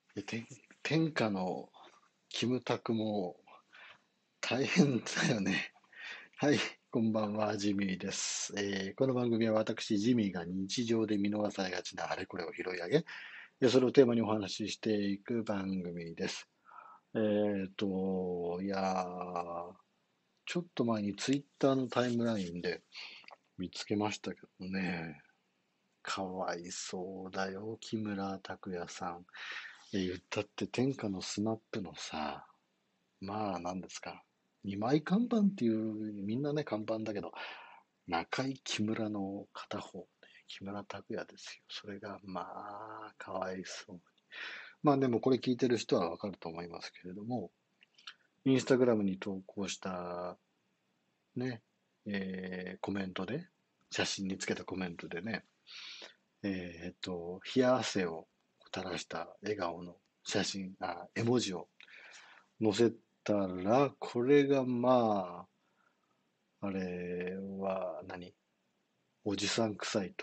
で天下のキムタクも大変だよね。はい、こんばんは、ジミーです。この番組は私、ジミーが日常で見逃されがちなあれこれを拾い上げ、それをテーマにお話ししていく番組です。いやー、ちょっと前にツイッターのタイムラインで見つけましたけどね、かわいそうだよ、木村拓哉さん。言ったって天下のスマップのさ、まあ、なんですか。二枚看板っていう、みんなね、看板だけど、中井木村の片方、ね、木村拓哉ですよ。それが、まあ、かわいそうに。まあでもこれ聞いてる人はわかると思いますけれども、インスタグラムに投稿したね、コメントで、写真につけたコメントでね、冷や汗を垂らした笑顔の写真、絵文字を載せたら、これがまあ、あれはおじさん臭いと。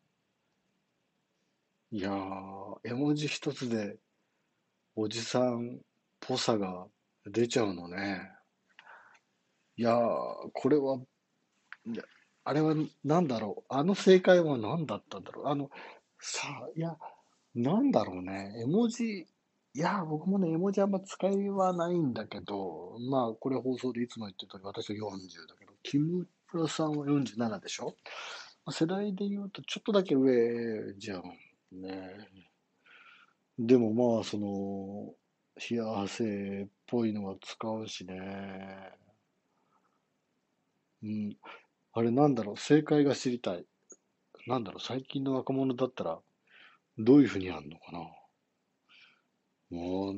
いやー、絵文字一つでおじさんっぽさが出ちゃうのね。いやー、これは、いやあれは何だろう。あの正解は何だったんだろう。さあ、いや、なんだろうね。絵文字、いや、僕もね、絵文字あんま使いはないんだけど、まあ、これ放送でいつも言ってる通り、私は40だけど、木村さんは47でしょ。世代で言うとちょっとだけ上じゃん。ね。でもまあ、冷や汗っぽいのは使うしね。うん。あれなんだろう、正解が知りたい。なんだろう、最近の若者だったら、どういうふうにやるのかな。もう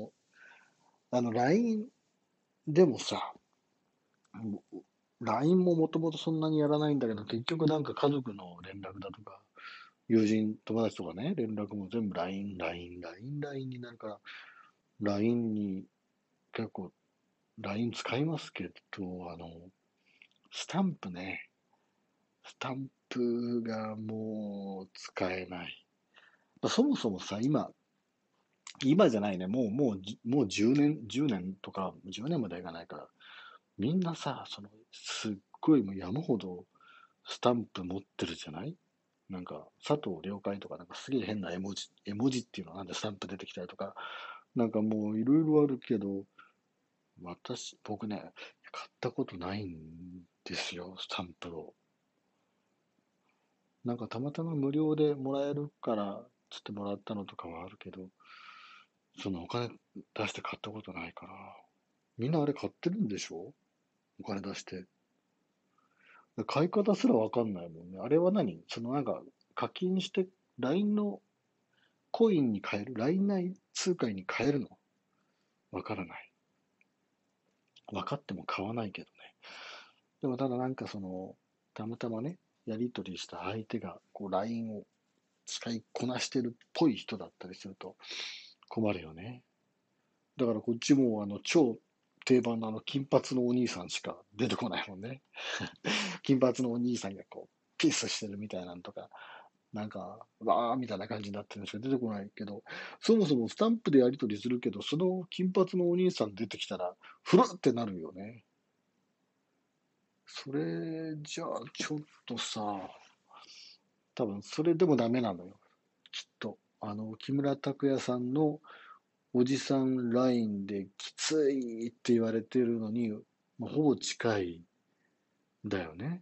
LINE でもさ、LINE ももともとそんなにやらないんだけど、結局なんか家族の連絡だとか、友人、友達とかね、連絡も全部 LINE、LINE、LINE、LINE になるから、LINE に結構 LINE 使いますけど、スタンプね。スタンプがもう使えない。そもそもさ、今じゃないね。もう10年とか、10年までいかないから、みんなさ、すっごいもう山ほどスタンプ持ってるじゃない。なんか、佐藤了解とか、なんかすげえ変な絵文字っていうのはなんでスタンプ出てきたりとか、なんかもういろいろあるけど、僕ね、買ったことないんですよ、スタンプを。なんかたまたま無料でもらえるから、つってもらったのとかはあるけど、そのお金出して買ったことないから。みんなあれ買ってるんでしょ。お金出して。買い方すらわかんないもんね。あれはなんか課金して LINE のコインに変える ?LINE 内通貨に変えるのわからない。分かっても買わないけどね。でもただなんかたまたまね、やり取りした相手がこう LINE を使いこなしてるっぽい人だったりすると困るよね。だからこっちも超定番の金髪のお兄さんしか出てこないもんね。金髪のお兄さんがこう、ピースしてるみたいなんとか、なんか、わーみたいな感じになってるのしか出てこないけど、そもそもスタンプでやり取りするけど、その金髪のお兄さん出てきたら、ふるってなるよね。それじゃあ、ちょっとさ、多分それでもダメなのよ。きっと。木村拓哉さんのおじさんラインできついって言われてるのに、まあほぼ近いんだよね。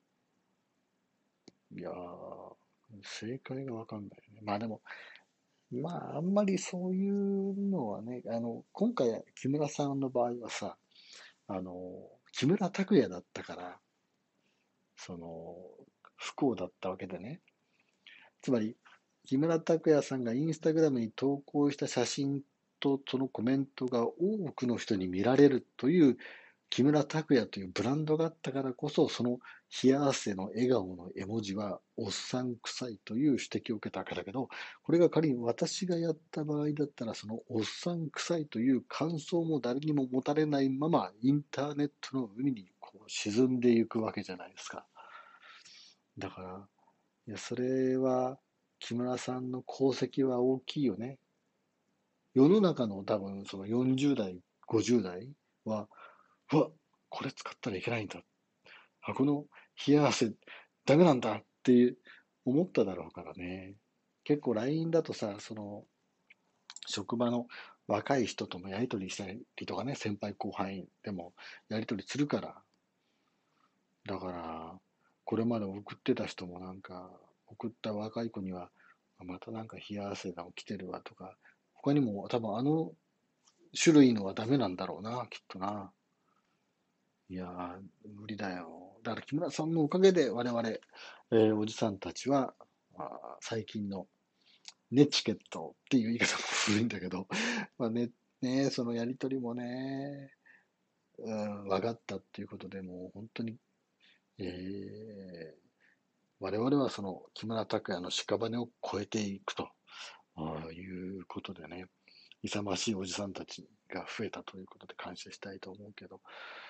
いやー、正解がわかんないよね。まあでも、まあ、あんまりそういうのはね、今回、木村さんの場合はさ、木村拓哉だったから、その、不幸だったわけでね。つまり、木村拓哉さんがインスタグラムに投稿した写真とそのコメントが多くの人に見られるという木村拓哉というブランドがあったからこそ、その冷や汗の笑顔の絵文字はおっさん臭いという指摘を受けたわけだけど、これが仮に私がやった場合だったら、そのおっさん臭いという感想も誰にも持たれないまま、インターネットの海にこう沈んでいくわけじゃないですか。だから、いや、それは木村さんの功績は大きいよね。 世の中の多分その40代、50代は、うわ、これ使ったらいけないんだ。あ、この冷や汗ダメなんだって思っただろうからね。結構 LINE だとさ、その職場の若い人ともやりとりしたりとかね、先輩後輩でもやりとりするから、だから、これまで送ってた人もなんか、送った若い子には、またなんか冷や汗が起きてるわとか、他にも多分あの種類のはダメなんだろうな、きっとな。いやー、無理だよ。だから木村さんのおかげで我々、おじさんたちは、最近のネチケットっていう言い方も古いんだけど、まあね、そのやりとりもね、分かったっていうことでもう本当に、えー我々はその木村拓哉の屍を越えていくということでね、勇ましいおじさんたちが増えたということで感謝したいと思うけど、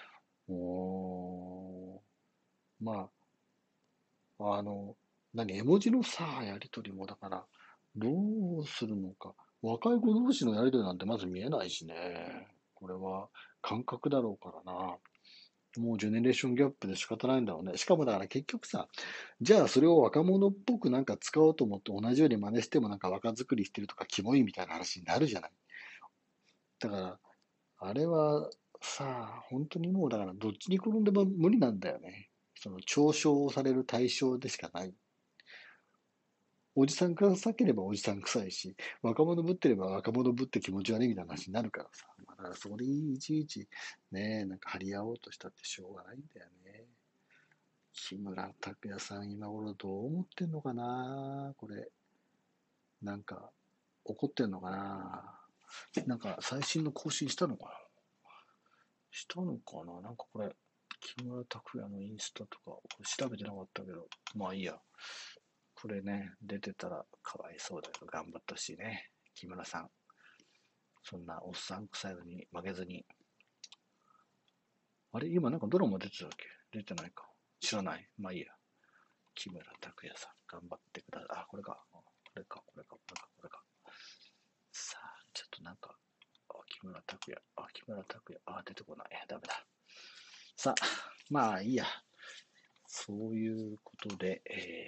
おまあ、絵文字のさ、やりとりもだから、どうするのか。若い子同士のやりとりなんてまず見えないしね。これは感覚だろうからな。もうジェネレーションギャップで仕方ないんだろうね。しかもだから結局さ、じゃあそれを若者っぽくなんか使おうと思って同じように真似してもなんか若作りしてるとかキモいみたいな話になるじゃない。だから、あれはさ、本当にもうだからどっちに転んでも無理なんだよね。その嘲笑される対象でしかない。おじさん臭ければおじさん臭いし、若者ぶってれば若者ぶって気持ち悪いみたいな話になるからさ。だからそれいちいちね、なんか張り合おうとしたってしょうがないんだよね。木村拓哉さん今頃どう思ってんのかなこれ。なんか怒ってんのかななんか最新の更新したのかなしたのかななんかこれ、木村拓哉のインスタとか調べてなかったけど、まあいいや。これね、出てたらかわいそうだけど頑張ってほしいね。木村さん。そんなおっさん臭いのに負けずに。あれ今なんかドラマ出てたっけ出てないか。知らない。まあいいや。木村拓哉さん、頑張ってください。あ、これか。これか、これか、これか、これか。さあ、ちょっとなんか、木村拓哉、木村拓哉、出てこない。ダメだ。さあ、まあいいや。そういうことで、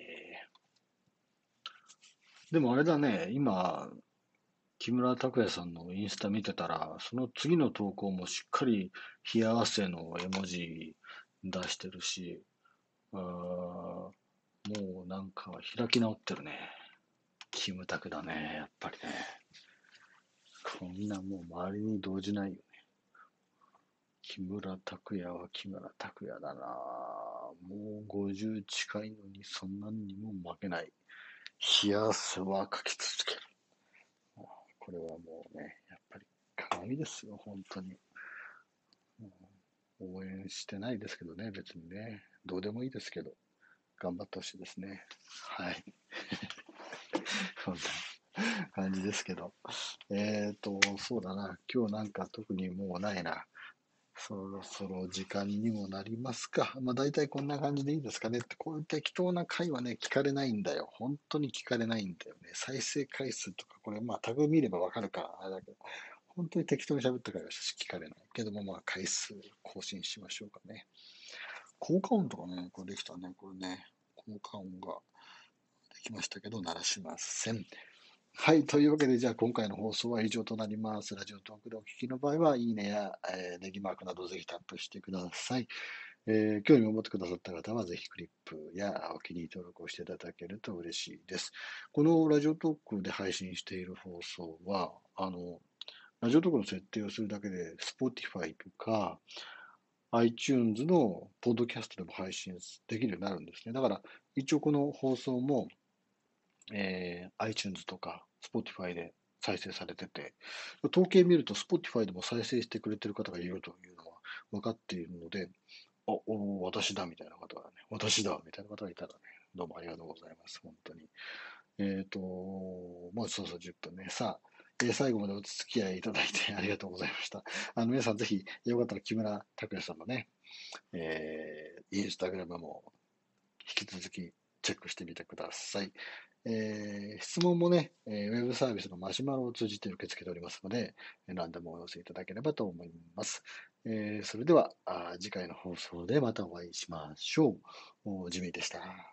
でもあれだね、今、木村拓哉さんのインスタ見てたら、その次の投稿もしっかり冷や汗の絵文字出してるし、もうなんか開き直ってるね。キムタクだね、やっぱりね。こんなもう周りに動じないよね。木村拓哉は木村拓哉だな。もう50近いのにそんなんにも負けない。冷や汗はかき続ける。これはもうね、やっぱり鏡ですよ、本当に。応援してないですけどね、別にね。どうでもいいですけど、頑張ってほしいですね。はい。そんな感じですけど。そうだな。今日なんか特にもうないな。そろそろ時間にもなりますか。まあ大体こんな感じでいいですかねって、こういう適当な回はね、聞かれないんだよ。本当に聞かれないんだよね。再生回数とか、これまあタグ見ればわかるから、あれだけど、本当に適当に喋った回は聞かれない。けどもまあ回数更新しましょうかね。効果音とかね、これできたね。これね、効果音ができましたけど、鳴らしません。はい。というわけで、じゃあ今回の放送は以上となります。ラジオトークでお聞きの場合は、いいねや、ネギマークなどぜひタップしてください。興味を持ってくださった方は、ぜひクリップやお気に入り登録をしていただけると嬉しいです。このラジオトークで配信している放送は、ラジオトークの設定をするだけで、Spotify とか、iTunes のポッドキャストでも配信できるようになるんですね。だから、一応この放送も、iTunes とか Spotify で再生されてて、統計見ると Spotify でも再生してくれてる方がいるというのは分かっているので、私だみたいな方がね、私だみたいな方がいたらね、どうもありがとうございます。本当に。もうそろそろ10分ね。さあ、最後までお付き合いいただいてありがとうございました。皆さんぜひ、よかったら木村拓哉さんのね、インスタグラムも引き続きチェックしてみてください。 質問もね、ウェブサービスのマシュマロを通じて受け付けておりますので、何でもお寄せいただければと思います。それでは次回の放送でまたお会いしましょう。ジミーでした。